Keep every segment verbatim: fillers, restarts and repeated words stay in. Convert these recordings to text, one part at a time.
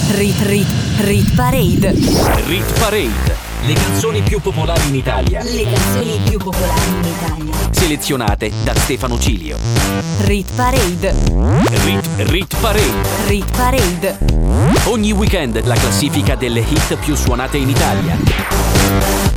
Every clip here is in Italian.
Rit Rit Rit Parade. Rit Parade. Le canzoni più popolari in Italia. Le canzoni più popolari in Italia. Selezionate da Stefano Cilio. Rit Parade. Rit Rit Parade. Rit Parade. Ogni weekend la classifica delle hit più suonate in Italia.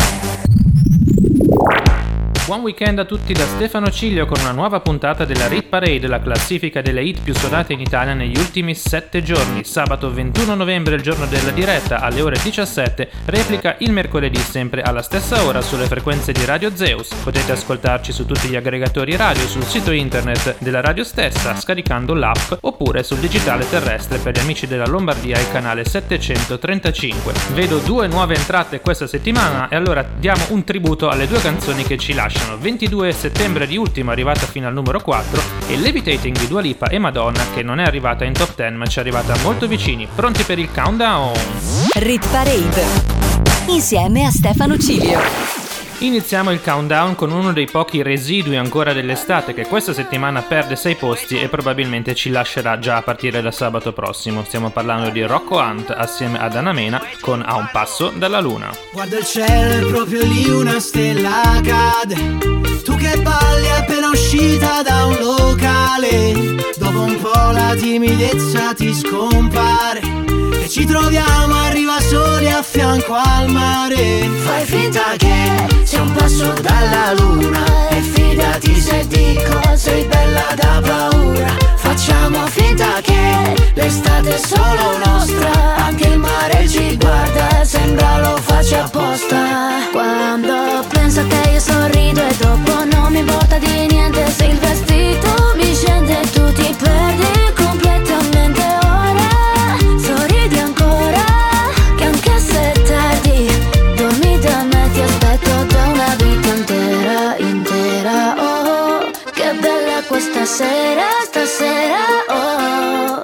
Buon weekend a tutti da Stefano Cilio con una nuova puntata della Rit Parade, la classifica delle hit più suonate in Italia negli ultimi sette giorni. Sabato ventuno novembre, il giorno della diretta, alle ore diciassette, replica il mercoledì sempre alla stessa ora sulle frequenze di Radio Zeus. Potete ascoltarci su tutti gli aggregatori radio, sul sito internet della radio stessa, scaricando l'app, oppure sul digitale terrestre per gli amici della Lombardia, il canale settecentotrentacinque. Vedo due nuove entrate questa settimana e allora diamo un tributo alle due canzoni che ci lasciano. ventidue settembre di Ultimo, arrivata fino al numero quattro, e Levitating di Dua Lipa e Madonna, che non è arrivata in top dieci ma ci è arrivata molto vicini. Pronti per il countdown? Rit Parade insieme a Stefano Cilio. Iniziamo il countdown con uno dei pochi residui ancora dell'estate che questa settimana perde sei posti e probabilmente ci lascerà già a partire da sabato prossimo. Stiamo parlando di Rocco Hunt assieme ad Anna Mena con A un passo dalla luna. Guarda il cielo, è proprio lì una stella cade. Tu che balli appena uscita da un locale. Dopo un po' la timidezza ti scompare e ci troviamo, arriva soli a fianco al mare. Fai finta che sia un passo dalla luna e fidati se dico sei bella da paura. Facciamo finta che l'estate è solo nostra, anche il mare ci guarda, sembra lo faccia apposta. Quando penso a te io sorrido e dopo non mi importa di niente. Se il vestito mi scende e tu ti perdi completamente ora. Sorridi ancora, che anche se è tardi, dormi da me, ti aspetto da una vita intera, intera. Oh, che bella questa sera, stasera, oh.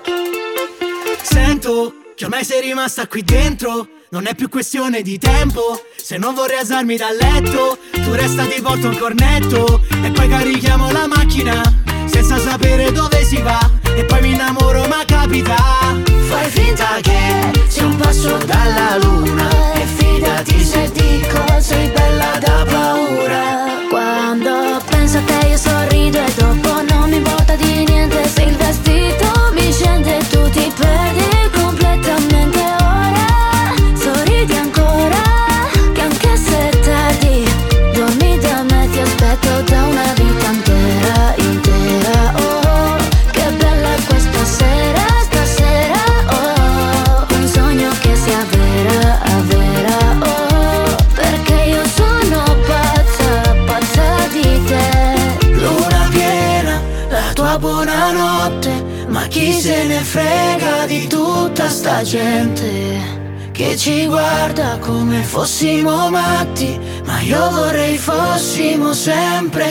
Sento che ormai sei rimasta qui dentro, non è più questione di tempo. Se non vorrei alzarmi dal letto, tu resta, ti porto un cornetto e poi carichiamo la macchina senza sapere dove si va. E poi mi innamoro ma capita. Fai finta che sia un passo dalla luna e fidati se dico sei bella da paura. Quando penso a te io sorrido e dopo non mi importa di niente. Se il vestito mi scende e tu ti perdi completamente ora. Sorridi ancora, che anche se è tardi, dormi da me, ti aspetto da una vita intera, intera. Oh, che bella questa sera, stasera, oh. Un sogno che sia vera, vera, oh. Perché io sono pazza, pazza di te. Luna piena, la tua buonanotte, ma chi se ne frega di tutta sta gente che ci guarda come fossimo matti, ma io vorrei fossimo sempre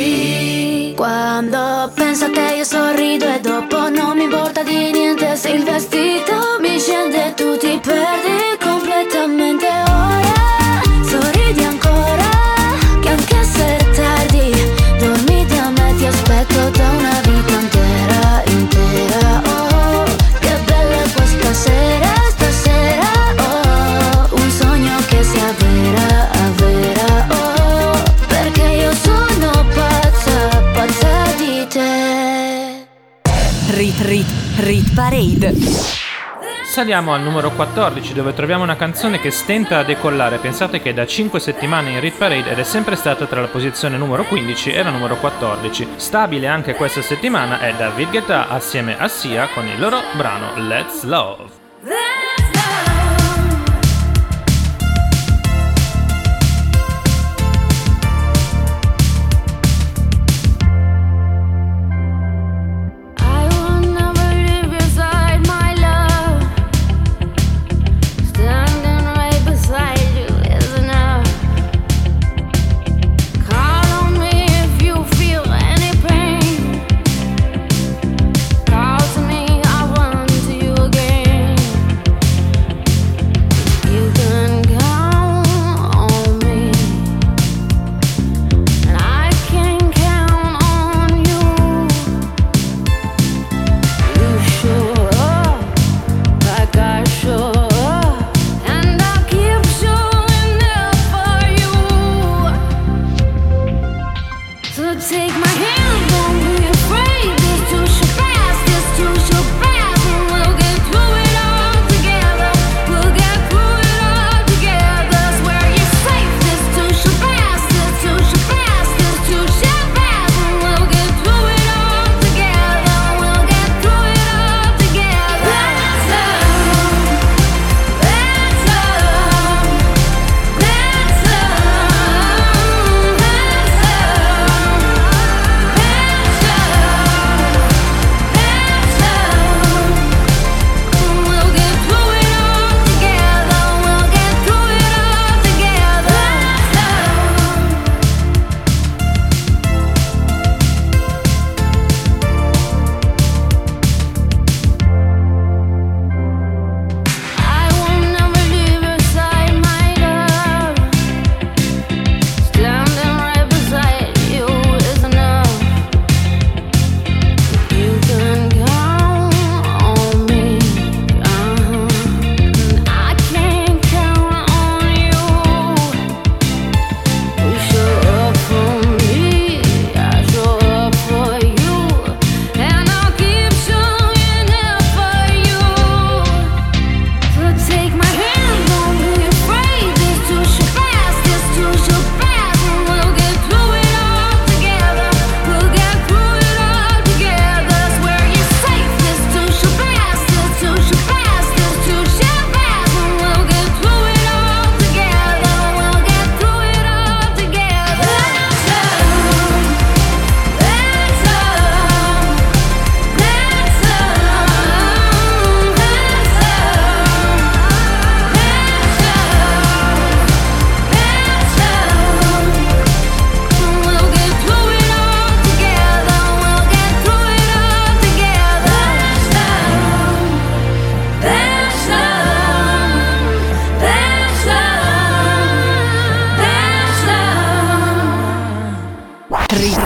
così. Quando penso a te io sorrido e dopo non mi importa di niente. Se il vestito mi scende e tu ti perdi completamente ora. Sorridi ancora, che anche se è tardi, dormi da me, ti aspetto da una vita intera, intera. Oh, che bella questa sera, stasera, oh. Un sogno che sia vera, vera, oh. Perché io sono pazza, pazza di te. Rit Rit Rit Parade. Saliamo al numero quattordici, dove troviamo una canzone che stenta a decollare. Pensate che da cinque settimane in Rit Parade ed è sempre stata tra la posizione numero quindici e la numero quattordici. Stabile anche questa settimana è David Guetta assieme a Sia con il loro brano Let's Love. Call to me, I run to you again.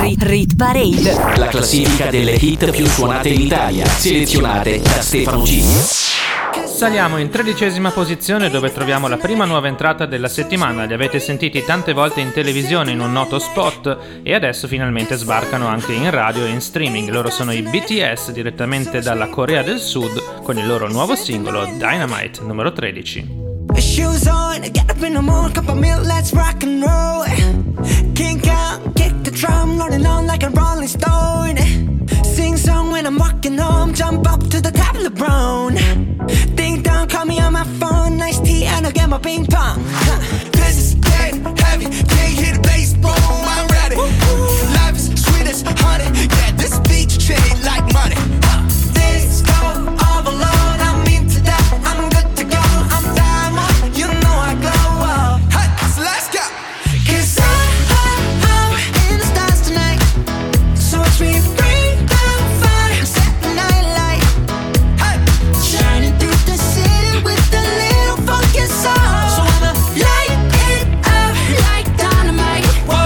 Rit, Rit Parade, la classifica delle hit più suonate in Italia, selezionate da Stefano Cilio. Saliamo in tredicesima posizione, dove troviamo la prima nuova entrata della settimana. Li avete sentiti tante volte in televisione in un noto spot e adesso finalmente sbarcano anche in radio e in streaming. Loro sono i B T S, direttamente dalla Corea del Sud, con il loro nuovo singolo Dynamite numero tredici. Shoes on, get up in the morning, cup of milk, let's rock and roll. Kink out, kick the drum, rolling on like a rolling stone. Sing song when I'm walking home, jump up to the top of the brown. Ding dong, call me on my phone, nice tea and I'll get my ping pong. Huh. This is dead heavy, can't hear the bass, boom, I'm ready. Woo-hoo. Life is sweet as honey, yeah, this beach chain like money. Huh. This go all alone, I'm into that, I'm good to go, I'm diamond, you know I glow up. Hey, so let's go. Cause I, I, I'm in the stars tonight, so watch me bring the fire, set the night light. Hey, shining through the city with a little funky soul. So I'ma light it up like dynamite.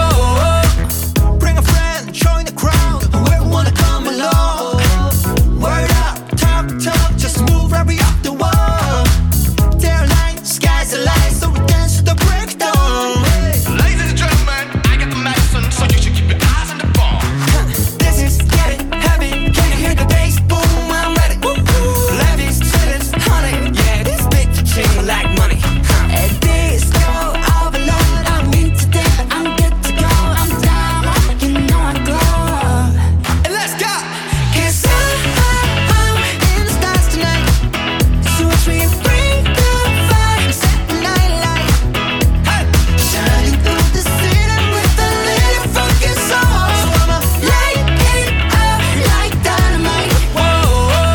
Whoa, bring a friend, join the crowd, whoever wanna come along. Word up, talk, talk, just move right up the wall. They're light, sky's the light, so we dance to the breakdown. Ladies and gentlemen, I got the medicine, so you should keep your eyes on the ball. This is getting heavy, can you hear the bass? Boom, I'm ready. Woo-hoo. Life is sweet as honey, yeah, this bitch ching like money. And this go all alone, I'm into that, I'm good to go, I'm down, you know I glow. And let's go. Cause I, I'm in the stars tonight, so watch me bring the fire, set the night light. Hey, Shining through the city with a little funky soul. So I'ma light it up like dynamite. Whoa,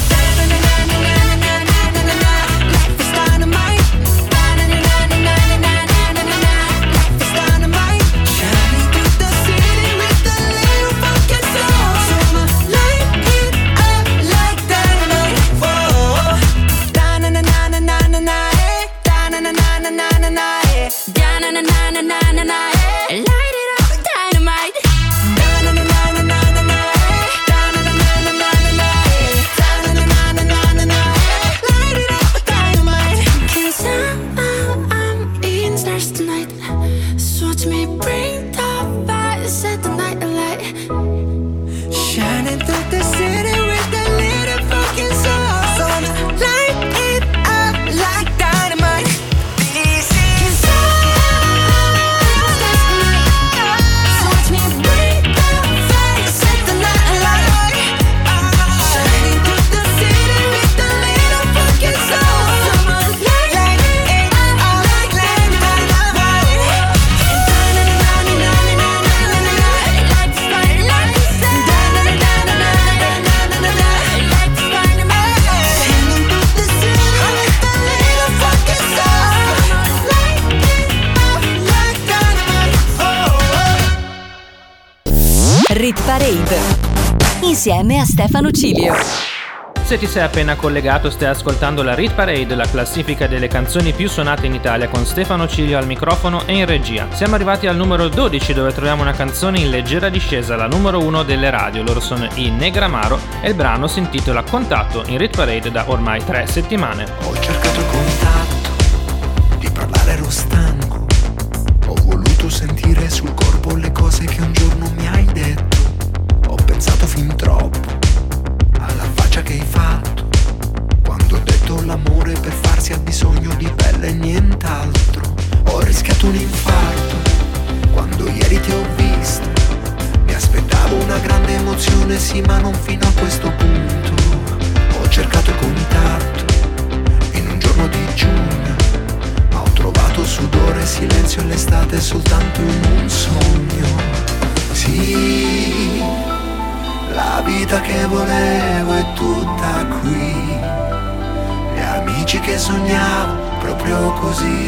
da-na-na-na-na-na-na-na-na-na. Life is dynamite. Da-na-na-na-na-na-na-na-na-na. Life is dynamite. Shining through the city with a little funky soul. So I'ma light it up like dynamite. Whoa, da-na-na-na-na-na-na-na. Da-na-na-na-na-na-na. Da-na-na-na-na-na-na. Light it up with dynamite. Da-na-na-na-na-na-na. Da-na-na-na-na-na-na. Da-na-na-na-na-na-na. Light it up with dynamite. 'Cause I'm, I'm in stars tonight, so watch me bring the fire, set the night alight. Shining through the city with a little fucking soul. So I'ma light it up like dynamite. This is so watch me bring the fire, set the night alight. Shining through the city with a little fucking soul. So I'ma light it up like dynamite. Rit Parade, insieme a Stefano Cilio. Se ti sei appena collegato, stai ascoltando la Rit Parade, la classifica delle canzoni più suonate in Italia, con Stefano Cilio al microfono e in regia. Siamo arrivati al numero dodici, dove troviamo una canzone in leggera discesa, la numero uno delle radio. Loro sono i Negramaro e il brano si intitola Contatto, in Rit Parade da ormai tre settimane. Ho cercato contatto, di parlare ero stanco. Ho voluto sentire sul corpo le cose che un giorno mi hai detto. Ho pensato fin troppo alla faccia che hai fatto quando ho detto l'amore per farsi ha bisogno di pelle e nient'altro. Ho rischiato un infarto quando ieri ti ho visto. Mi aspettavo una grande emozione, sì, ma non fino a questo punto. Ho cercato contatto in un giorno di giugno, ma ho trovato sudore, silenzio e l'estate soltanto in un sogno. Sì, la vita che volevo è tutta qui, gli amici che sognavo proprio così,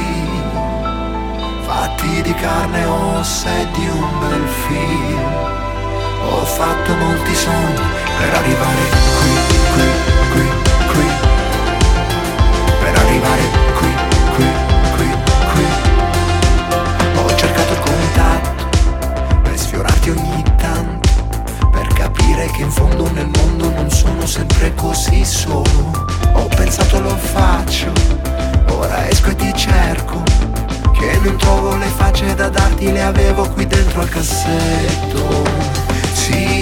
fatti di carne e ossa e di un bel film. Ho fatto molti sogni per arrivare qui, qui, qui, qui, per arrivare qui, qui, qui, qui. Ho cercato il contatto per sfiorarti ogni tanto, ricordi le avevo qui dentro al cassetto. Sì,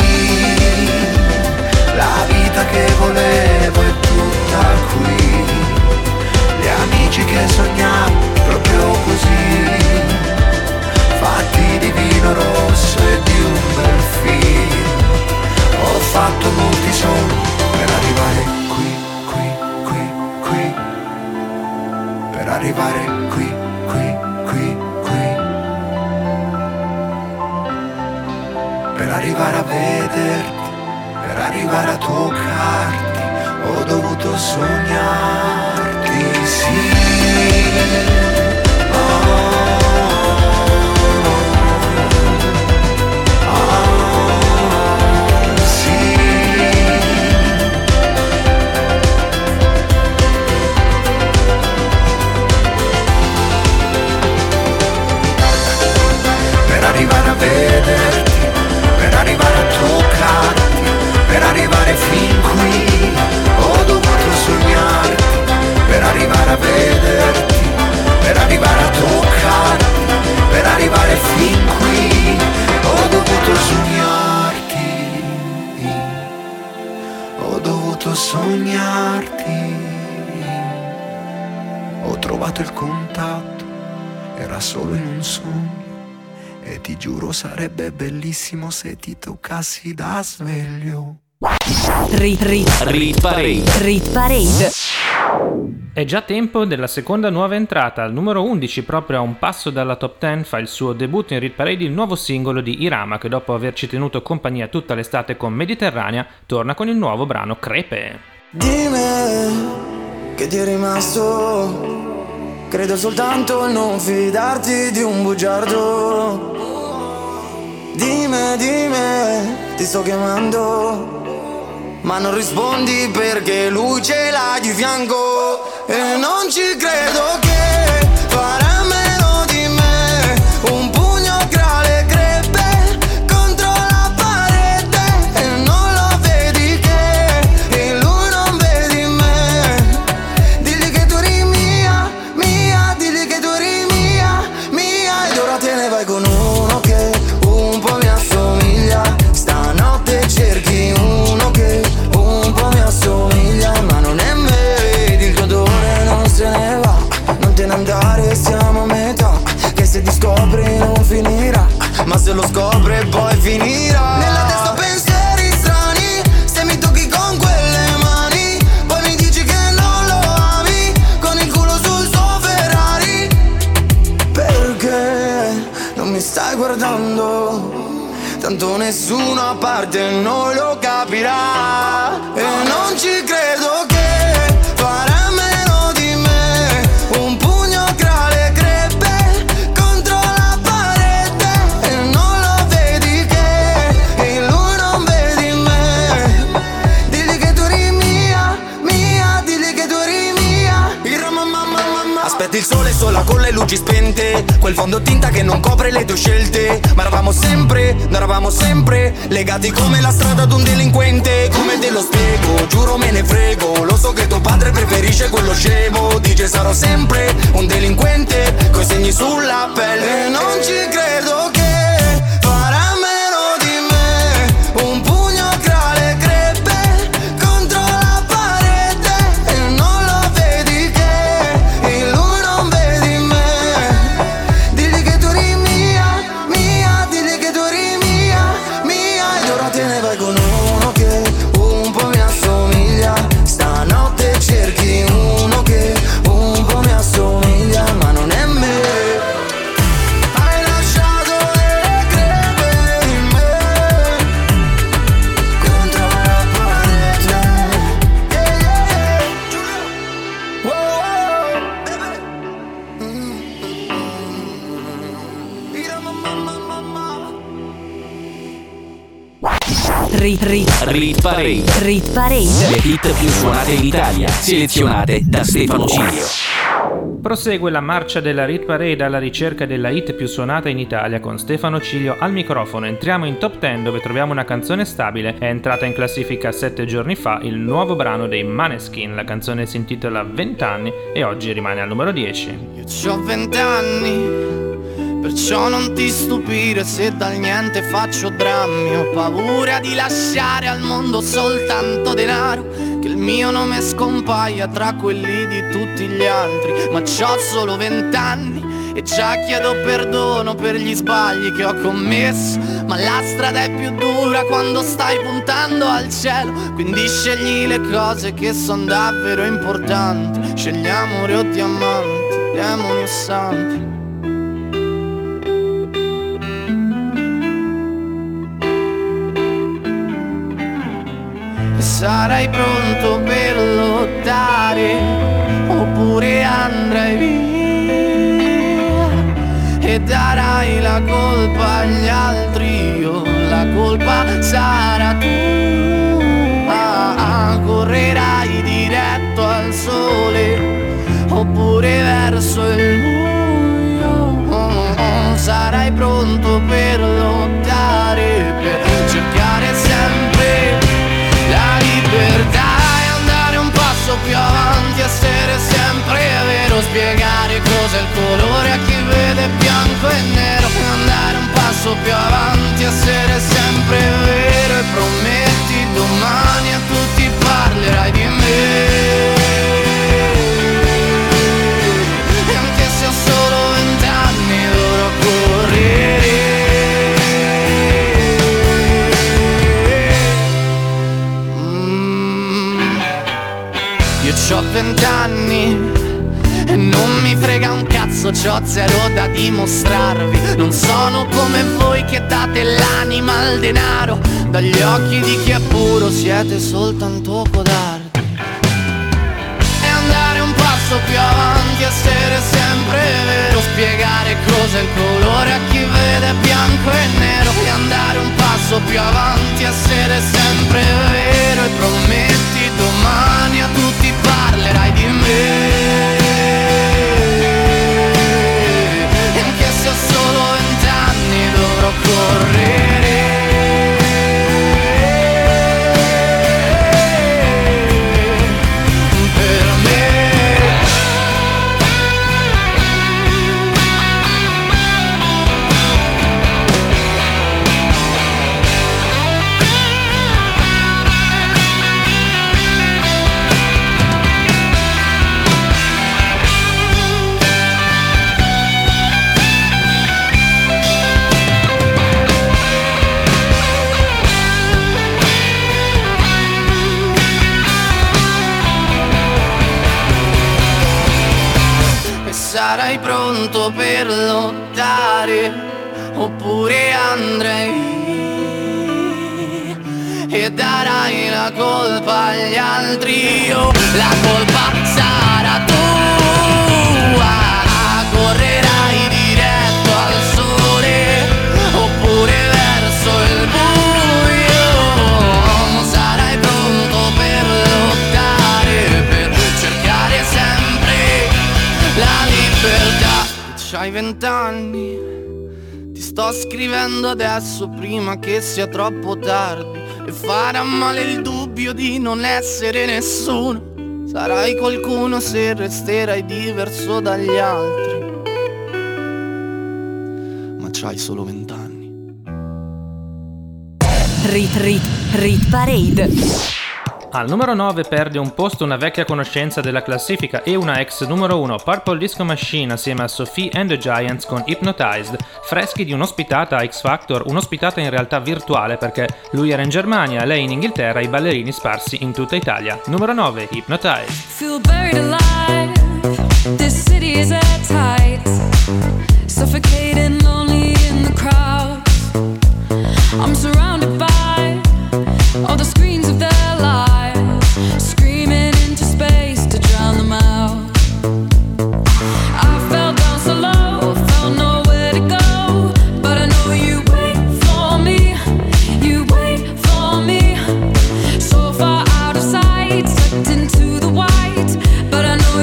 la vita che volevo è tutta qui, gli amici che sognavo proprio così, fatti di vino rosso e di un bel film. Ho fatto molti sogni per arrivare qui, qui, qui, qui, per arrivare qui, qui, qui, qui, per arrivare a vederti, per arrivare a toccarti, ho dovuto sognarti, sì. Per arrivare a vederti, per arrivare a toccarti, per arrivare fin qui, ho dovuto sognarti, per arrivare a vederti, per arrivare a toccarti, per arrivare fin qui, ho dovuto sognarti, ho dovuto sognarti, ho trovato il contatto, era solo in un sogno. E ti giuro sarebbe bellissimo se ti toccassi da sveglio. Rit Rit Rit Parade. Rit Parade. È già tempo della seconda nuova entrata. Al numero undici, proprio a un passo dalla top dieci, fa il suo debutto in Rit Parade il nuovo singolo di Irama, che dopo averci tenuto compagnia tutta l'estate con Mediterranea, torna con il nuovo brano Crepe. Dimmi che ti è rimasto. Credo soltanto il non fidarti di un bugiardo. Dimmi, dimmi, ti sto chiamando, ma non rispondi perché lui ce l'ha di fianco. E non ci credo che farà meno di me. Un pugno tra le crepe contro la parete. E non lo vedi che e lui non vedi me. Digli che tu eri mia, mia, digli che tu eri mia, mia. Ed ora te ne vai con uno che un po' mi assomiglia. Stanotte cerchi uno che un po' mi assomiglia, ma non è me. Vedi il tuo odore non se ne va, non te ne andare, siamo a metà. Che se ti scopri non finirà, ma se lo scopre poi finirà. Nella testa pensieri strani, se mi tocchi con quelle mani, poi mi dici che non lo ami, con il culo sul suo Ferrari. Perché non mi stai guardando? Tanto nessuno a parte noi lo capirà. E non ci credo che farà meno di me. Un pugno tra le crepe contro la parete. E non lo vedi che e lui non vedi me. Digli che tu eri mia, mia, digli che tu eri mia. Aspetti il sole sola con le luci spente, quel fondo tinta che non copre le tue scelte. Ma eravamo sempre, noi eravamo sempre legati come la strada ad un delinquente. Come te lo spiego, giuro me ne frego. Lo so che tuo padre preferisce quello scemo. Dice sarò sempre un delinquente coi segni sulla pelle. E non ci credo che farà meno di me. Un pugno tra le crepe contro la parete. E non lo vedi che e lui non vedi me. Digli che tu eri mia, mia, digli che tu eri mia, mia. Ed ora te ne vai con uno che un po' mi assomiglia. Stanotte cerchi uno che un po' mi assomiglia, ma non è me. Hai lasciato le crepe in me contro la parete. Yeah, yeah. Wow, Rit Rit Rit Parade. Rit Parade. Le hit più suonate in Italia, selezionate da Stefano Cilio. Prosegue la marcia della Rit Parade alla ricerca della hit più suonata in Italia con Stefano Cilio al microfono. Entriamo in top dieci dove troviamo una canzone stabile. È entrata in classifica sette giorni fa il nuovo brano dei Maneskin. La canzone si intitola vent'anni e oggi rimane al numero dieci. C'ho vent'anni, Perciò non ti stupire se dal niente faccio drammi. Ho paura di lasciare al mondo soltanto denaro, che il mio nome scompaia tra quelli di tutti gli altri. Ma c'ho solo vent'anni e già chiedo perdono per gli sbagli che ho commesso. Ma la strada è più dura quando stai puntando al cielo, quindi scegli le cose che son davvero importanti. Scegli amore o diamanti, demoni o santi. Sarai pronto per lottare oppure andrai via e darai la colpa agli altri. Io la colpa sarà tua. Correrai diretto al sole oppure verso il buio. Sarai pronto per lottare, per cercare sempre la libertà è andare un passo più avanti, essere sempre vero, spiegare cos'è il colore a chi vede bianco e nero. Andare un passo più avanti, essere sempre vero, e prometti domani a tutti parlerai di me. E anche se ho solo vent'anni dovrò correre. C'ho vent'anni e non mi frega un cazzo, c'ho zero da dimostrarvi. Non sono come voi che date l'anima al denaro, dagli occhi di chi è puro siete soltanto codardi. E andare un passo più avanti, essere sempre vero, spiegare cos'è il colore a chi vede bianco e nero. E andare un passo più avanti, essere sempre vero, e prometti domani a tutti parlerai di me. E anche se ho solo vent'anni dovrò correre. Per me sarai pronto per lottare oppure andrai e darai la colpa agli altri. Oh, la colpa sarà tua. Correrai diretto al sole oppure verso il buio. Sarai pronto per lottare, per cercare sempre la libertà. C'hai vent'anni, ti sto scrivendo adesso prima che sia troppo tardi, e farà male il dubbio di non essere nessuno. Sarai qualcuno se resterai diverso dagli altri, ma c'hai solo vent'anni. Rit Rit Rit Parade. Al numero nove perde un posto una vecchia conoscenza della classifica e una ex numero uno, Purple Disco Machine assieme a Sophie and the Giants con Hypnotized, freschi di un'ospitata a X Factor, un'ospitata in realtà virtuale perché lui era in Germania, lei in Inghilterra, i ballerini sparsi in tutta Italia. Numero nove, Hypnotized. Feel buried alive, this city is at tight, suffocating lonely in the crowd. I'm surrounded by all the screens of their lives, screaming into space to drown them out. I fell down so low, felt nowhere to go, but I know you wait for me, you wait for me. So far out of sight, sucked into the white, but I know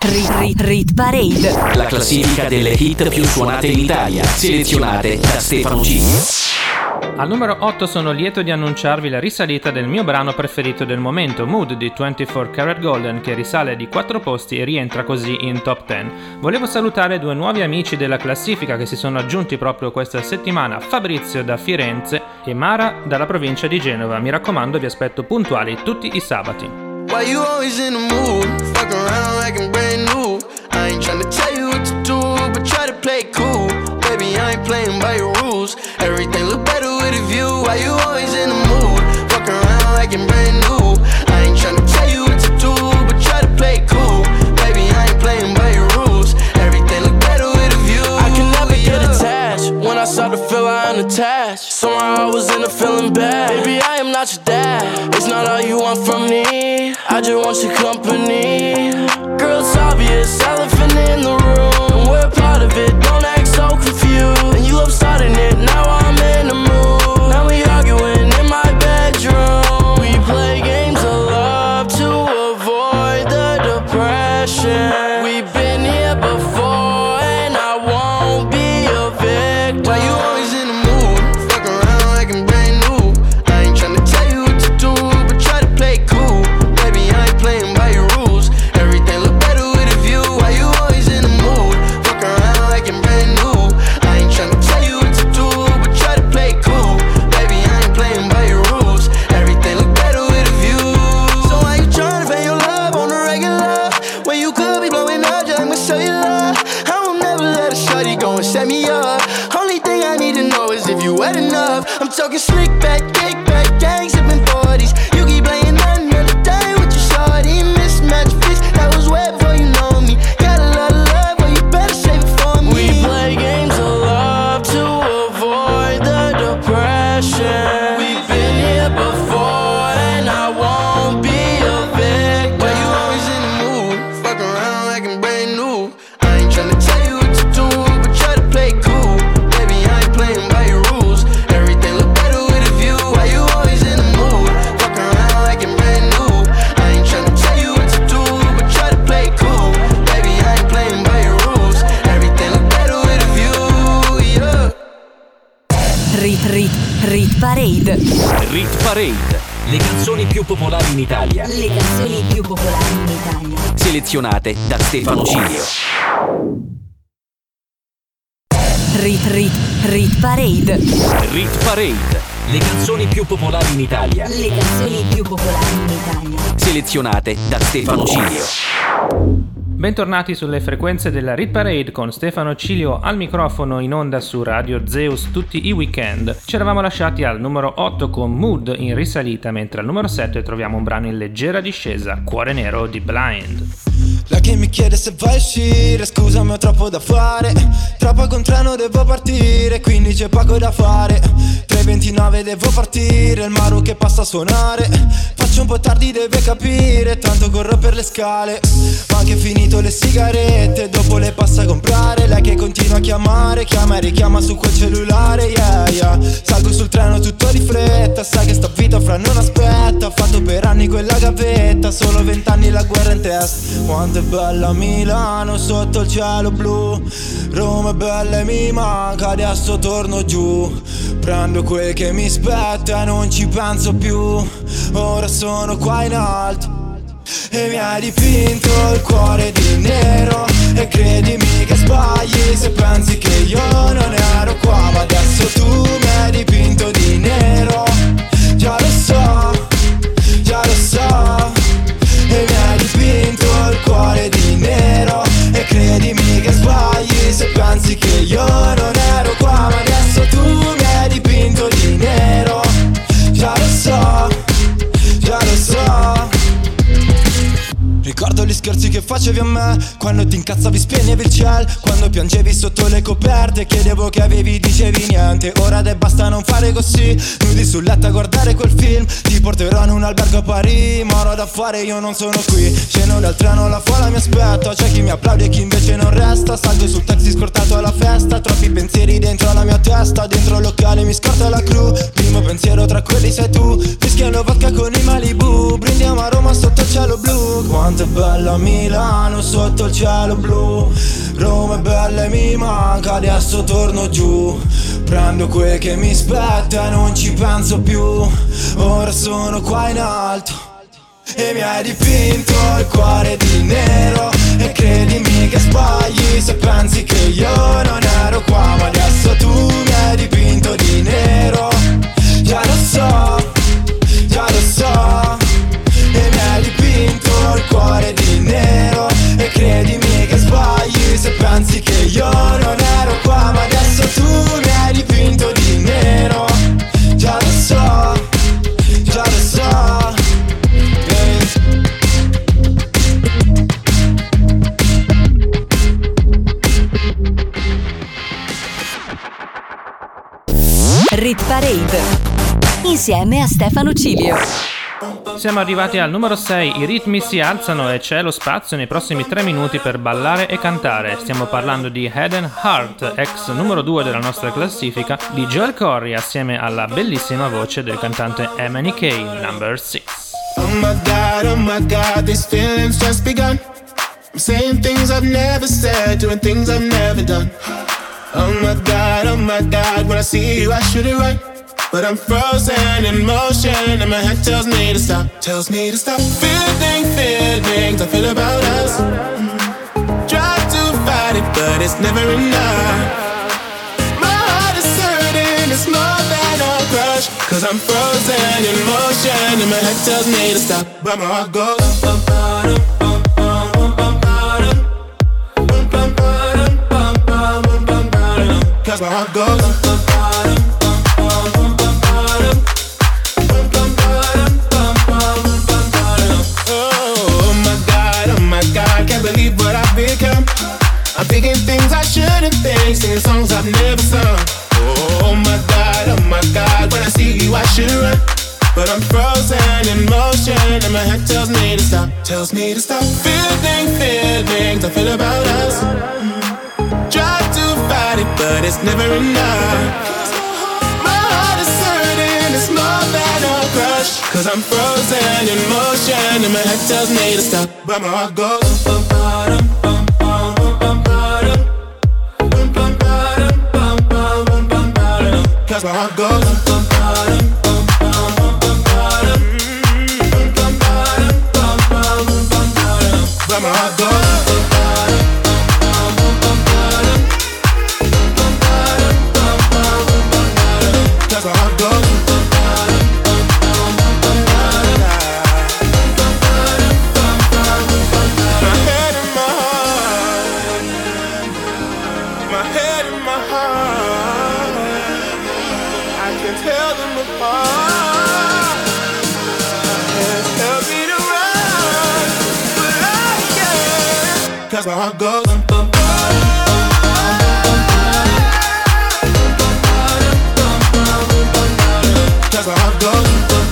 Rit, rit, rit Parade. La classifica delle hit più suonate in Italia, selezionate da Stefano Cilio. Al numero otto sono lieto di annunciarvi la risalita del mio brano preferito del momento, Mood di ventiquattro Karat Golden, che risale di quattro posti e rientra così in top dieci. Volevo salutare due nuovi amici della classifica che si sono aggiunti proprio questa settimana, Fabrizio da Firenze e Mara dalla provincia di Genova. Mi raccomando, vi aspetto puntuali tutti i sabati. Why you always in the mood? Fuck around like I'm brand new. I ain't tryna tell you what to do, but try to play cool. Baby, I ain't playing by your rules. Everything look better with a view. Why you always in the mood? Fuck around like I'm brand new. I ain't tryna tell you what to do, but try to play cool. Baby, I ain't playing by your rules. Everything look better with a view. I can never get attached. When I start to feel I'm unattached, somehow I was in a feeling bad. Baby, I am not your dad. It's not all you want from me. I just want your company. Girl, it's obvious, elephant in the room, and we're part of it. Don't act so confused. And you love starting it, now I'm in the mood. Now we arguing in my bedroom. We play games of love to avoid the depression. We've been here before, and I won't be a victim. Why you always in the mood? Fuck around like I'm brand new. I ain't tryna tell you what to do, but try to play cool. Baby, I ain't playing by your rules. Everything look better with a view. Why you always in the mood? Fuck around like I'm brand new. I ain't tryna tell you what to do, but try to play cool. Baby, I ain't playing by your rules. Everything look better with a view. So why you tryna pay your love on the regular when you could be blowing up just like my cellular? I will never let a shawty go and set me up. Only thing I need to know is if you wet enough. I'm talking slick back, kick back, gang sipping forties. You keep playing another day with your shawty. Mismatch fits, that was wet before you know me. Got a lot of love, but you better save it for me. We play games of love to avoid the depression. We've been here before, and I won't be a victim. Why you always in the mood? Fuck around like I'm brand new. I ain't tryna tell you what to do, but try to play cool. Baby, I ain't playing by your rules. Everything look better with a view. Why you always in the mood? Fuck around like I'm brand new. I ain't tryna tell you what to do, but try to play cool. Baby, I ain't playing by your rules. Everything look better with a view, yeah. Rit, rit, rit Parade. Rit Parade, le canzoni più popolari in Italia, Le canzoni più popolari in Italia. selezionate da Stefano Cilio. Rit, rit, rit Parade. Rit Parade, le canzoni più popolari in Italia, Le canzoni più popolari in Italia. selezionate da Stefano Cilio. Bentornati sulle frequenze della Rit Parade con Stefano Cilio al microfono in onda su Radio Zeus tutti i weekend. Ci eravamo lasciati al numero otto con Mood in risalita, mentre al numero sette troviamo un brano in leggera discesa, Cuore Nero di Blind. La che mi chiede se vai a uscire, scusami ho troppo da fare. Tra poco un treno devo partire, quindi c'è poco da fare. tre e ventinove devo partire, il Maru che passa a suonare. Faccio un po' tardi, deve capire, tanto corro per le scale. Ma anche finito le sigarette, dopo le passa a comprare. Lei che continua a chiamare, chiama e richiama su quel cellulare, yeah yeah. Salgo sul treno tutto di fretta, sai che sta vita fra non aspetta. Ho fatto per anni quella gavetta, solo vent'anni la guerra in testa. Quanto è bella Milano sotto il cielo blu, Roma è bella e mi manca, adesso torno giù. Prendo quel che mi spetta e non ci penso più. Ora sono qua in alto e mi hai dipinto il cuore di nero. E credimi che sbagli se pensi che io non ero qua. Ma adesso tu mi hai dipinto di nero. Già lo so, già lo so. E mi hai dipinto il cuore di nero. E credimi che sbagli se pensi che io non ero qua. Ma adesso tu mi hai dipinto di nero. Già lo so, già lo so. Ricordo gli scherzi che facevi a me, quando ti incazzavi spegnevi il ciel, quando piangevi sotto le coperte, chiedevo che avevi, dicevi niente. Ora dai basta non fare così, nudi sul letto a guardare quel film. Ti porterò in un albergo a Parigi, ma ora da fare io non sono qui. Scendo dal treno, la folla mi aspetta, c'è chi mi applaudi e chi invece non resta. Salgo sul taxi scortato alla festa, troppi pensieri dentro la mia testa. Dentro il locale mi scorta la crew, primo pensiero tra quelli sei tu. Fischiando vodka con i Malibu, brindiamo a Roma sotto il cielo blu. Quanto è bella Milano sotto il cielo blu. Roma è bella e mi manca, adesso torno giù. Prendo quel che mi spetta e non ci penso più. Ora sono qua in alto e mi hai dipinto il cuore di nero. E credimi che sbagli se pensi che io non ero qua, ma adesso tu mi hai dipinto di nero. Già lo so, già lo so. E mi hai dipinto il cuore di nero. E credimi che sbagli se pensi che io non ero qua, ma adesso tu mi hai dipinto di nero. Già lo so, già lo so. Rit Parade insieme a Stefano Cilio. Siamo arrivati al numero sei, i ritmi si alzano e c'è lo spazio nei prossimi tre minuti per ballare e cantare. Stiamo parlando di Head and Heart, ex numero due della nostra classifica, di Joel Corry assieme alla bellissima voce del cantante M N K, number six. Oh my God, oh my God, these feelings just begun. I'm saying things I've never said, doing things I've never done. Oh my God, oh my God, when I see you I should it right, but I'm frozen in motion and my head tells me to stop, tells me to stop. Feeling, feelings I feel about us. Try to fight it, but it's never enough. My heart is hurting, it's more than a crush, cause I'm frozen in motion and my head tells me to stop, but my heart goes bum, bum, bum, bum, bum, bum, bum, bum, bum, bum, cause my heart goes oh my God, oh my God, can't believe what I've become. I'm thinking things I shouldn't think, singing songs I've never sung. Oh my God, oh my God, when I see you I should run, but I'm frozen in motion and my head tells me to stop, tells me to stop. Feeling, feelings I feel about us. Try to fight it, but it's never enough. My heart is hurting, it's more than a crush, cause I'm frozen in motion and my head tells me to stop, but my heart goes bum, bum, bum, bum, bum, bum, bum, bum, bum, bum, bum, bum, cause my heart goes bum, bum, bum, bum, bum, bum, bum, bum, bum, bum, but my heart goes. That's my heart goes. That's my heart goes.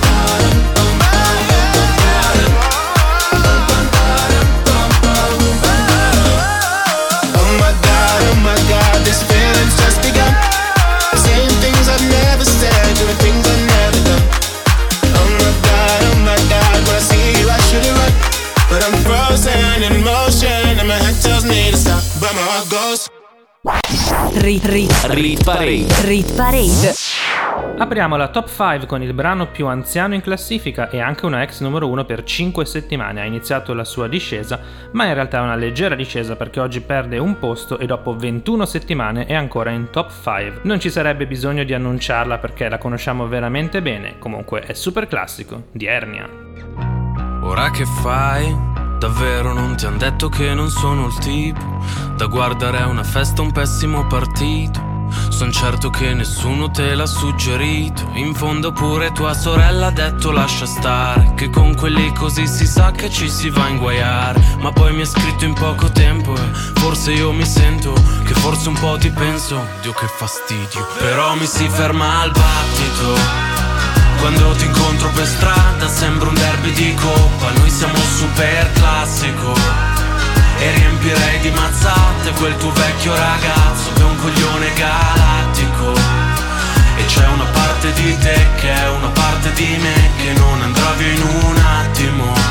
Oh my God, oh my God, this feeling's just begun. Saying things I've never said, doing things I've never done. Oh my God, oh my God, when I see you I should it right, but I'm frozen in motion and my head tells me to stop, but my heart goes. Rit, rit, Rit Parade. Rit Parade. Apriamo la top cinque con il brano più anziano in classifica e anche una ex numero uno per cinque settimane. Ha iniziato la sua discesa, ma in realtà è una leggera discesa perché oggi perde un posto e dopo ventuno settimane è ancora in top cinque. Non ci sarebbe bisogno di annunciarla perché la conosciamo veramente bene, comunque è super classico, di Ernia. Ora che fai? Davvero non ti han detto che non sono il tipo da guardare a una festa, un pessimo partito. Son certo che nessuno te l'ha suggerito. In fondo pure tua sorella ha detto lascia stare, che con quelli così si sa che ci si va a inguaiare. Ma poi mi ha scritto in poco tempo e forse io mi sento che forse un po' ti penso. Dio che fastidio, però mi si ferma al battito. Quando ti incontro per strada sembra un derby di coppa. Noi siamo super classico e riempirei di mazzate quel tuo vecchio ragazzo che è un coglione galattico. E c'è una parte di te che è una parte di me che non andrà via in un attimo.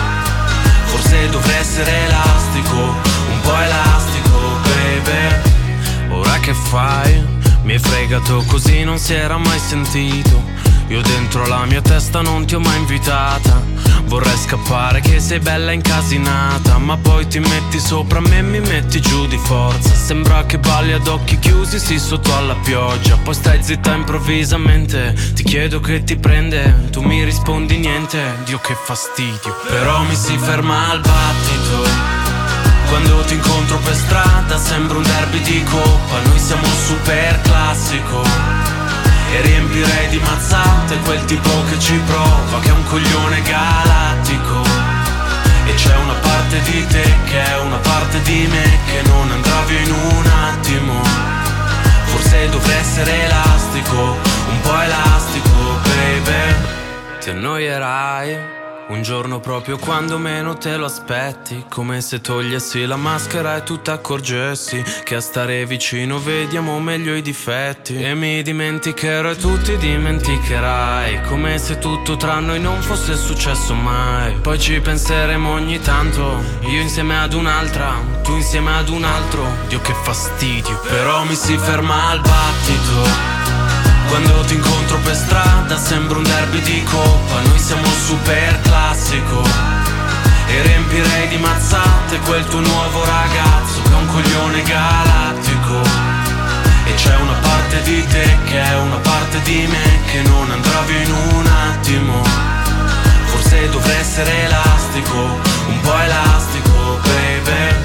Forse dovrei essere elastico, un po' elastico, baby. Ora che fai? Mi hai fregato così, non si era mai sentito. Io dentro la mia testa non ti ho mai invitata. Vorrei scappare che sei bella incasinata, ma poi ti metti sopra me e mi metti giù di forza. Sembra che balli ad occhi chiusi, sì, sotto alla pioggia. Poi stai zitta improvvisamente, ti chiedo che ti prende, tu mi rispondi niente. Dio che fastidio, però mi si ferma al battito. Quando ti incontro per strada sembra un derby di coppa. Noi siamo un super classico e riempirei di mazzate quel tipo che ci prova, che è un coglione galattico. E c'è una parte di te che è una parte di me, che non andrà via in un attimo. Forse dovrei essere elastico, un po' elastico, baby. Ti annoierai un giorno proprio quando meno te lo aspetti, come se togliessi la maschera e tu ti accorgessi che a stare vicino vediamo meglio i difetti. E mi dimenticherò e tu ti dimenticherai, come se tutto tra noi non fosse successo mai. Poi ci penseremo ogni tanto, io insieme ad un'altra, tu insieme ad un altro. Dio che fastidio, però mi si ferma al battito. Quando ti incontro per strada sembra un derby di coppa. Noi siamo un super classico e riempirei di mazzate quel tuo nuovo ragazzo che è un coglione galattico. E c'è una parte di te che è una parte di me, che non andrà via in un attimo. Forse dovrei essere elastico, un po' elastico, baby.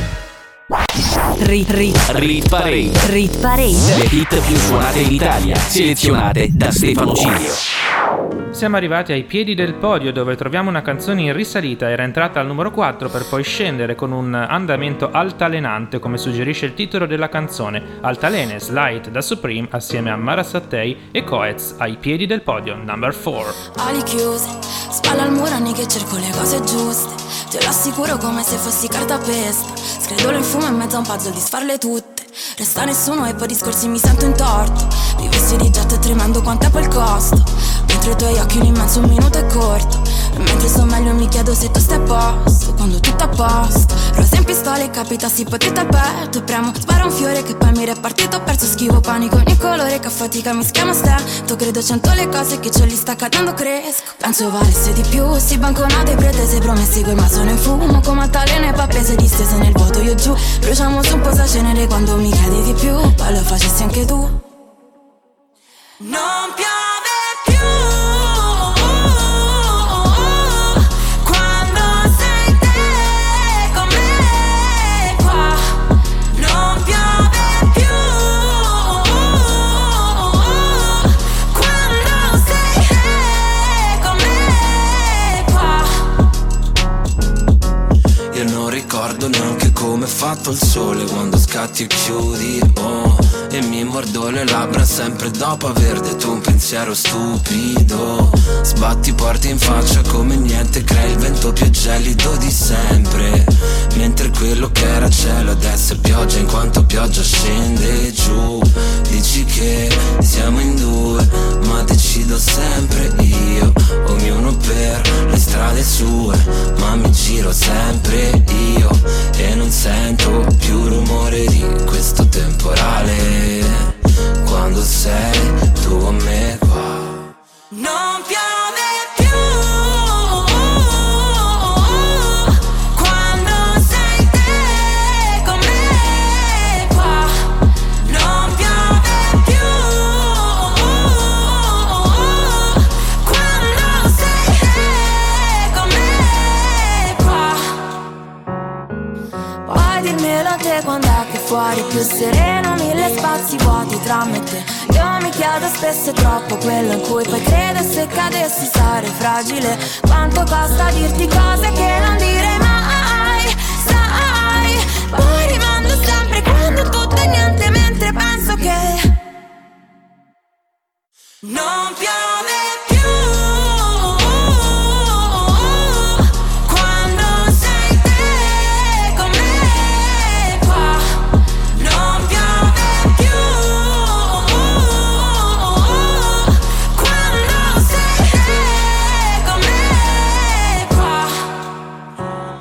Rit, rit, Rit Parade. Rit Parade. Le hit più suonate in Italia, selezionate da Stefano Cilio. Siamo arrivati ai piedi del podio, dove troviamo una canzone in risalita. Era entrata al numero quattro per poi scendere con un andamento altalenante, come suggerisce il titolo della canzone. Altalene, Slide da Supreme assieme a Mara Sattei e Coez ai piedi del podio, number four. Ali chiuse, spalla al muro anni che cerco le cose giuste. Te lo assicuro come se fossi cartapesta. Scredolo in fumo in mezzo a un puzzle di sfarle tutte. Resta nessuno e poi discorsi mi sento in torto. Vivessi di getto e tremando quanto è poi il costo. Mentre i tuoi occhi un immenso un minuto è corto. E mentre sto meglio mi chiedo se tu stai a posto. Quando tutto a posto, rosa in pistola e capitassi potete al petto. E premo, spara un fiore che poi mi repartito. Ho perso schivo panico ogni colore che a fatica mi schiama stento. Credo cento le cose che c'ho lì sta cadendo cresco. Penso valesse di più, si banconate pretese promessi quei ma sono in fumo. Come altalene pappese distese nel vuoto io giù. Bruciamo su un po' sa cenere quando mi chiedi di più. Poi lo facessi anche tu. Non piove più quando sei te con me qua. Non piove più quando sei te con me qua. Io non ricordo neanche come è fatto il sole quando scatti e chiudi, oh. E mi mordo le labbra sempre dopo aver detto un pensiero stupido. Sbatti porte in faccia come niente, crei il vento più gelido di sempre. Mentre quello che era cielo adesso è pioggia, in quanto pioggia scende giù. Dici che siamo in due, ma decido sempre io. Ognuno per le strade sue, ma mi giro sempre io. E non sento più rumore di questo temporale quando sei tu con me qua. Non piove più quando sei te con me qua. Non piove più quando sei te con me qua. Puoi dirmelo a te quando è che fuori più sereno, mille spazi vuoti tra me e te. Io mi chiedo spesso è troppo quello in cui poi credo, se cadessi sarei fragile. Quanto costa dirti cose che non direi mai, sai. Poi rimando sempre quando tutto è niente, mentre penso che non piove più quando sei te con me qua. Non piove più quando sei te con me qua.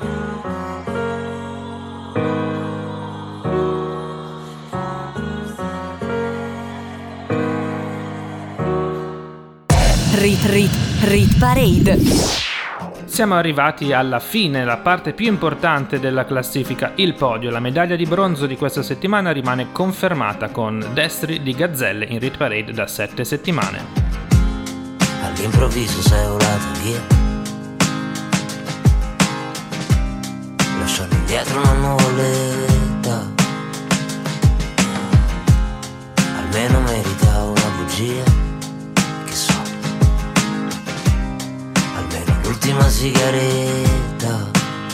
Rit, Rit Parade. Siamo arrivati alla fine, la parte più importante della classifica, il podio. La medaglia di bronzo di questa settimana rimane confermata con Destri di Gazzelle in Rit Parade da sette settimane. All'improvviso sei volato via, lasciando indietro una nuvoletta. Almeno meritavo una bugia, che so, almeno l'ultima sigaretta.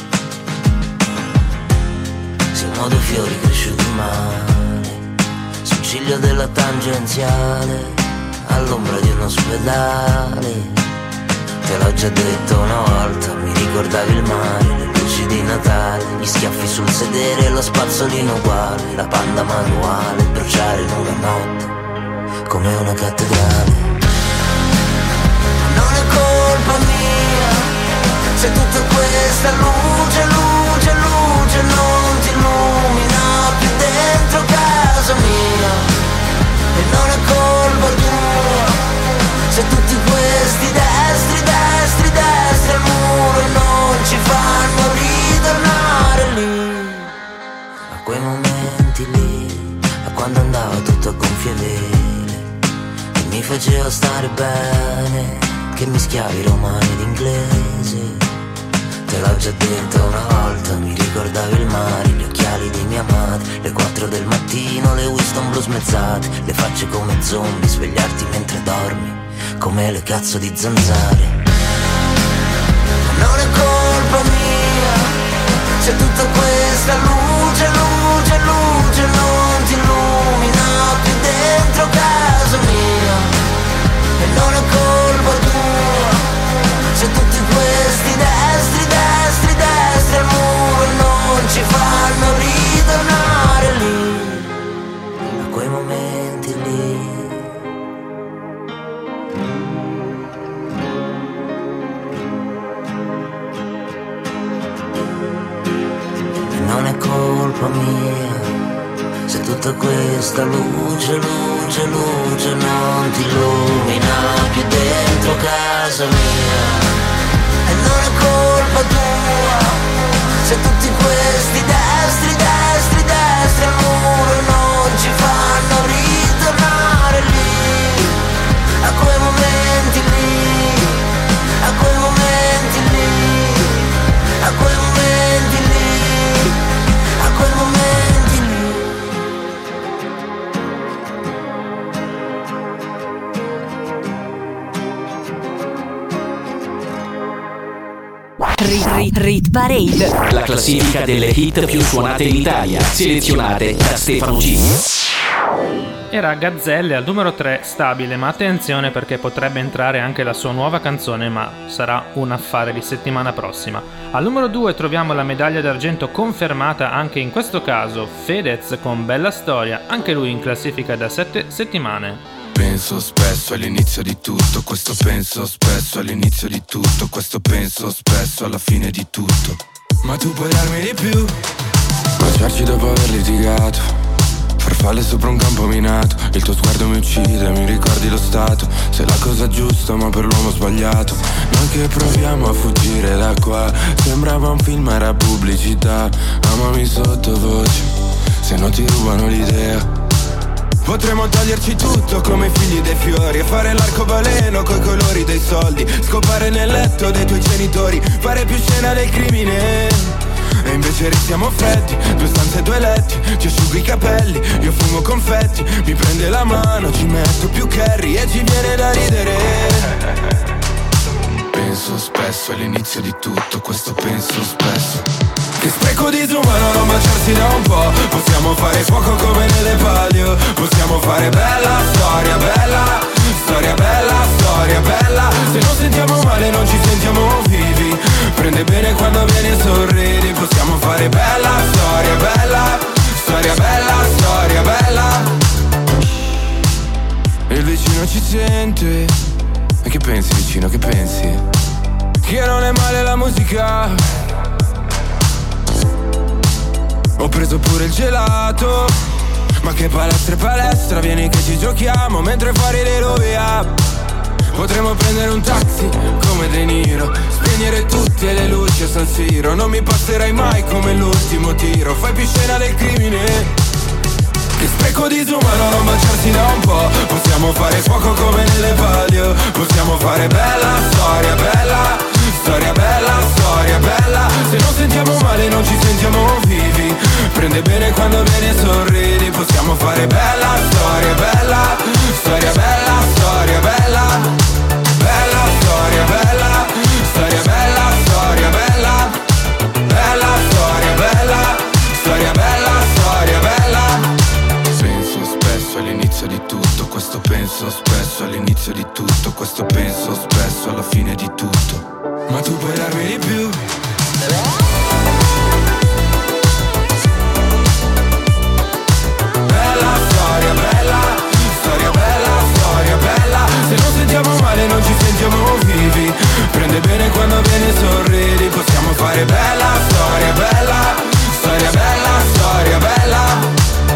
Siamo due fiori cresciuti male, sul ciglio della tangenziale, all'ombra di un ospedale. Te l'ho già detto una volta, mi ricordavi il mare, le luci di Natale, gli schiaffi sul sedere, lo spazzolino uguale, la panda manuale, bruciare in una notte come una cattedrale. Non è colpa mia se tutta questa luce, luce, luce non ti illumina più dentro casa mia. E non è colpa tua se tutti questi destri, destri, destri al muro non ci fanno ritornare lì, a quei momenti lì, a quando andava tutto a gonfie vele e mi faceva stare bene, che mischiavi romani ed inglese. Te l'ho già detto una volta, mi ricordavi il mare, gli occhiali di mia madre, le quattro del mattino, le Winston blu smezzate, le facce come zombie, svegliarti mentre dormi come le cazzo di zanzare. Non è colpa mia se tutta questa luce, luce, luce non ti illumina più dentro casa mia. E non è colpa tua se tutti questi destri, destri, destri al muro non ci fanno ritornare lì, a quei momenti lì. Non è colpa mia se tutta questa luce, luce, luce non ti illumina più dentro casa mia. E non è colpa tua se tutti questi destri, destri, destri al muro non ci fanno ritornare lì, a quei momenti lì, a quei momenti lì, a quei momenti lì, a quei momenti lì. Rit, Rit, Rit Parade. La classifica delle hit più suonate in Italia, selezionate da Stefano G. Era Gazzelle al numero tre, stabile, ma attenzione perché potrebbe entrare anche la sua nuova canzone, ma sarà un affare di settimana prossima. Al numero due troviamo la medaglia d'argento confermata anche in questo caso, Fedez con Bella Storia, anche lui in classifica da sette settimane. Penso spesso all'inizio di tutto, questo penso spesso all'inizio di tutto, questo penso spesso alla fine di tutto. Ma tu puoi darmi di più, baciarci dopo aver litigato, farfalle sopra un campo minato, il tuo sguardo mi uccide, mi ricordi lo stato, sei la cosa giusta ma per l'uomo sbagliato. Noi che proviamo a fuggire da qua, sembrava un film, era pubblicità. Amami sottovoce, se non ti rubano l'idea. Potremmo toglierci tutto come figli dei fiori e fare l'arcobaleno coi colori dei soldi, scopare nel letto dei tuoi genitori, fare più scena del crimine. E invece restiamo freddi, due stanze, due letti, ci asciugo i capelli, io fumo confetti, mi prende la mano, ci metto più curry e ci viene da ridere. Penso spesso all'inizio di tutto, questo penso spesso. Che spreco disumano non baciarsi da un po', possiamo fare fuoco come nelle palio, possiamo fare bella storia, bella storia, bella storia, bella. Se non sentiamo male non ci sentiamo vivi, prende bene quando vieni e sorridi, possiamo fare bella storia, bella storia, bella storia, bella. E il vicino ci sente, e che pensi vicino, che pensi? Che non è male la musica. Ho preso pure il gelato, ma che palestra e palestra, vieni che ci giochiamo mentre fuori le rovia. Potremmo prendere un taxi come De Niro, spegnere tutte le luci a San Siro. Non mi passerai mai come l'ultimo tiro. Fai più scena del crimine. Che spreco disumano non baciarsi da un po'. Possiamo fare fuoco come nelle palio. Possiamo fare bella storia, bella storia, bella storia, bella. Se non sentiamo male non ci sentiamo vivi. Prende bene quando viene e sorridi. Possiamo fare bella storia, bella storia, bella storia, bella. Bella storia, bella storia, bella storia, bella. Bella storia, bella storia, bella storia, bella. All'inizio di tutto, questo penso spesso. All'inizio di tutto, questo penso spesso. Alla fine di tutto, ma tu puoi darmi di più. Bella storia, bella storia, bella storia, bella. Se non sentiamo male non ci sentiamo vivi. Prende bene quando viene e sorridi. Possiamo fare bella storia, bella storia, bella storia, bella.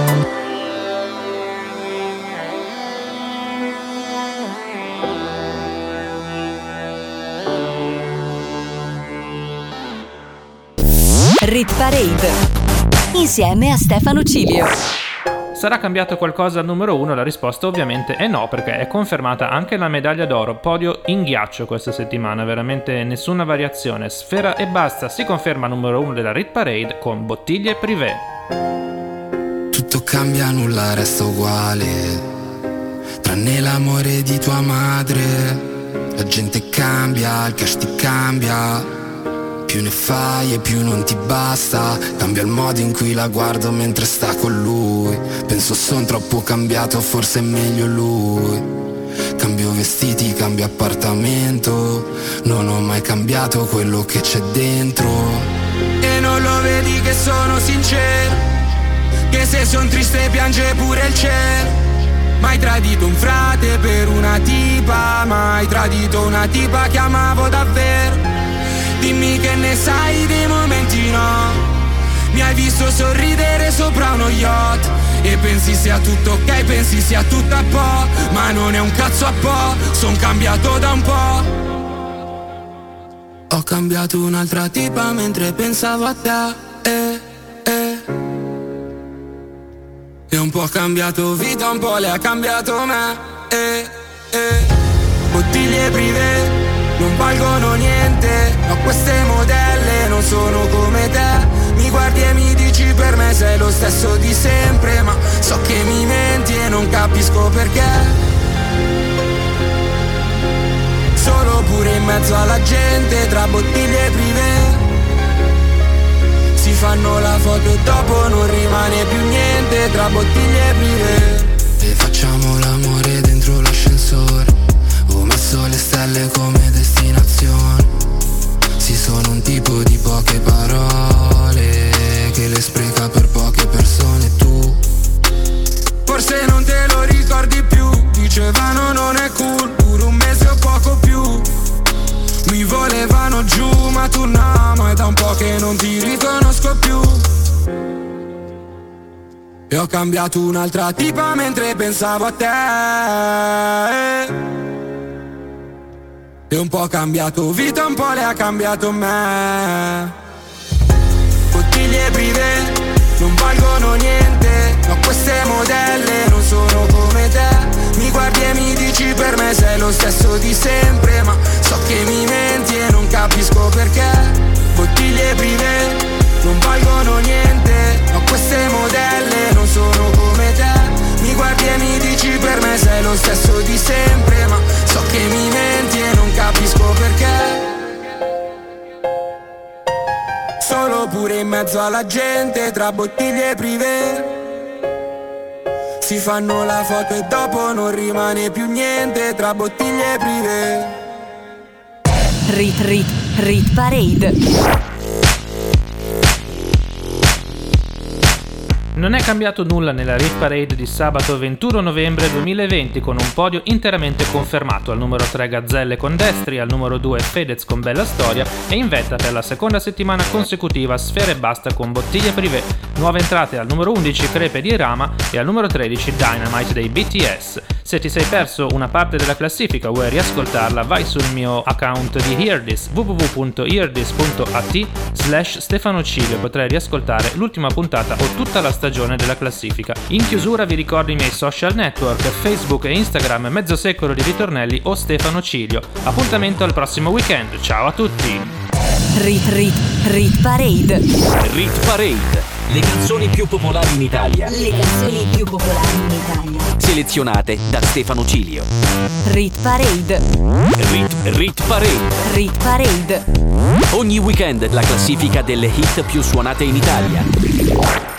Rit Parade insieme a Stefano Cilio. Sarà cambiato qualcosa al numero uno? La risposta ovviamente è no, perché è confermata anche la medaglia d'oro, podio in ghiaccio questa settimana, veramente nessuna variazione. Sfera Ebbasta si conferma numero uno della Rit Parade con Bottiglie Privé. Tutto cambia, nulla resta uguale, tranne l'amore di tua madre. La gente cambia, il cash ti cambia. Più ne fai e più non ti basta. Cambia il modo in cui la guardo mentre sta con lui. Penso son troppo cambiato, forse è meglio lui. Cambio vestiti, cambio appartamento. Non ho mai cambiato quello che c'è dentro. E non lo vedi che sono sincero, che se son triste piange pure il cielo. Mai tradito un frate per una tipa, mai tradito una tipa che amavo davvero. Dimmi che ne sai dei momenti no. Mi hai visto sorridere sopra uno yacht e pensi sia tutto ok, pensi sia tutto a po'. Ma non è un cazzo a po', son cambiato da un po'. Ho cambiato un'altra tipa mentre pensavo a te, eh, eh. E un po' ha cambiato vita, un po' le ha cambiato me, eh, eh. Bottiglie privé non valgono niente, ma queste modelle non sono come te. Mi guardi e mi dici per me sei lo stesso di sempre, ma so che mi menti e non capisco perché. Solo pure in mezzo alla gente, tra bottiglie privé, si fanno la foto e dopo non rimane più niente, tra bottiglie privé. E facciamo l'amore dentro l'ascensore. Ho messo le stelle come destinazione. Sì, sono un tipo di poche parole, che le spreca per poche persone. Tu forse non te lo ricordi più. Dicevano non è cool, pure un mese o poco più. Mi volevano giù ma tu no, ma è da un po' che non ti riconosco più. E ho cambiato un'altra tipa mentre pensavo a te. E un po' ha cambiato vita, un po' le ha cambiato me. Bottiglie privé non valgono niente, ma queste modelle non sono come te. Mi guardi e mi dici per me sei lo stesso di sempre, ma so che mi menti e non capisco perché. Bottiglie privé non valgono niente, ma queste modelle non sono come te. Mi guardi e mi dici per me sei lo stesso di sempre, ma so che mi menti e non capisco perché. Solo pure in mezzo alla gente, tra bottiglie privé, si fanno la foto e dopo non rimane più niente, tra bottiglie privé. Rit Rit Rit Parade. Non è cambiato nulla nella Rit Parade di sabato ventuno novembre duemilaventi, con un podio interamente confermato: al numero tre Gazzelle con Destri, al numero due Fedez con Bella Storia e in vetta per la seconda settimana consecutiva Sfera Ebbasta con Bottiglie Privé. Nuove entrate al numero undici Crepe di Rama e al numero tredici Dynamite dei B T S. Se ti sei perso una parte della classifica o vuoi riascoltarla, vai sul mio account di Heardis, w w w punto heardis punto a t slash Stefano Cilio, potrai riascoltare l'ultima puntata o tutta la stagione della classifica. In chiusura vi ricordo i miei social network, Facebook e Instagram, mezzo secolo di ritornelli o Stefano Cilio. Appuntamento al prossimo weekend, ciao a tutti! Rit Rit Rit Parade. Rit Parade. Le canzoni più popolari in Italia. Le canzoni più popolari in Italia. Selezionate da Stefano Cilio. Rit Parade. Rit Rit Parade. Rit Parade. Ogni weekend la classifica delle hit più suonate in Italia.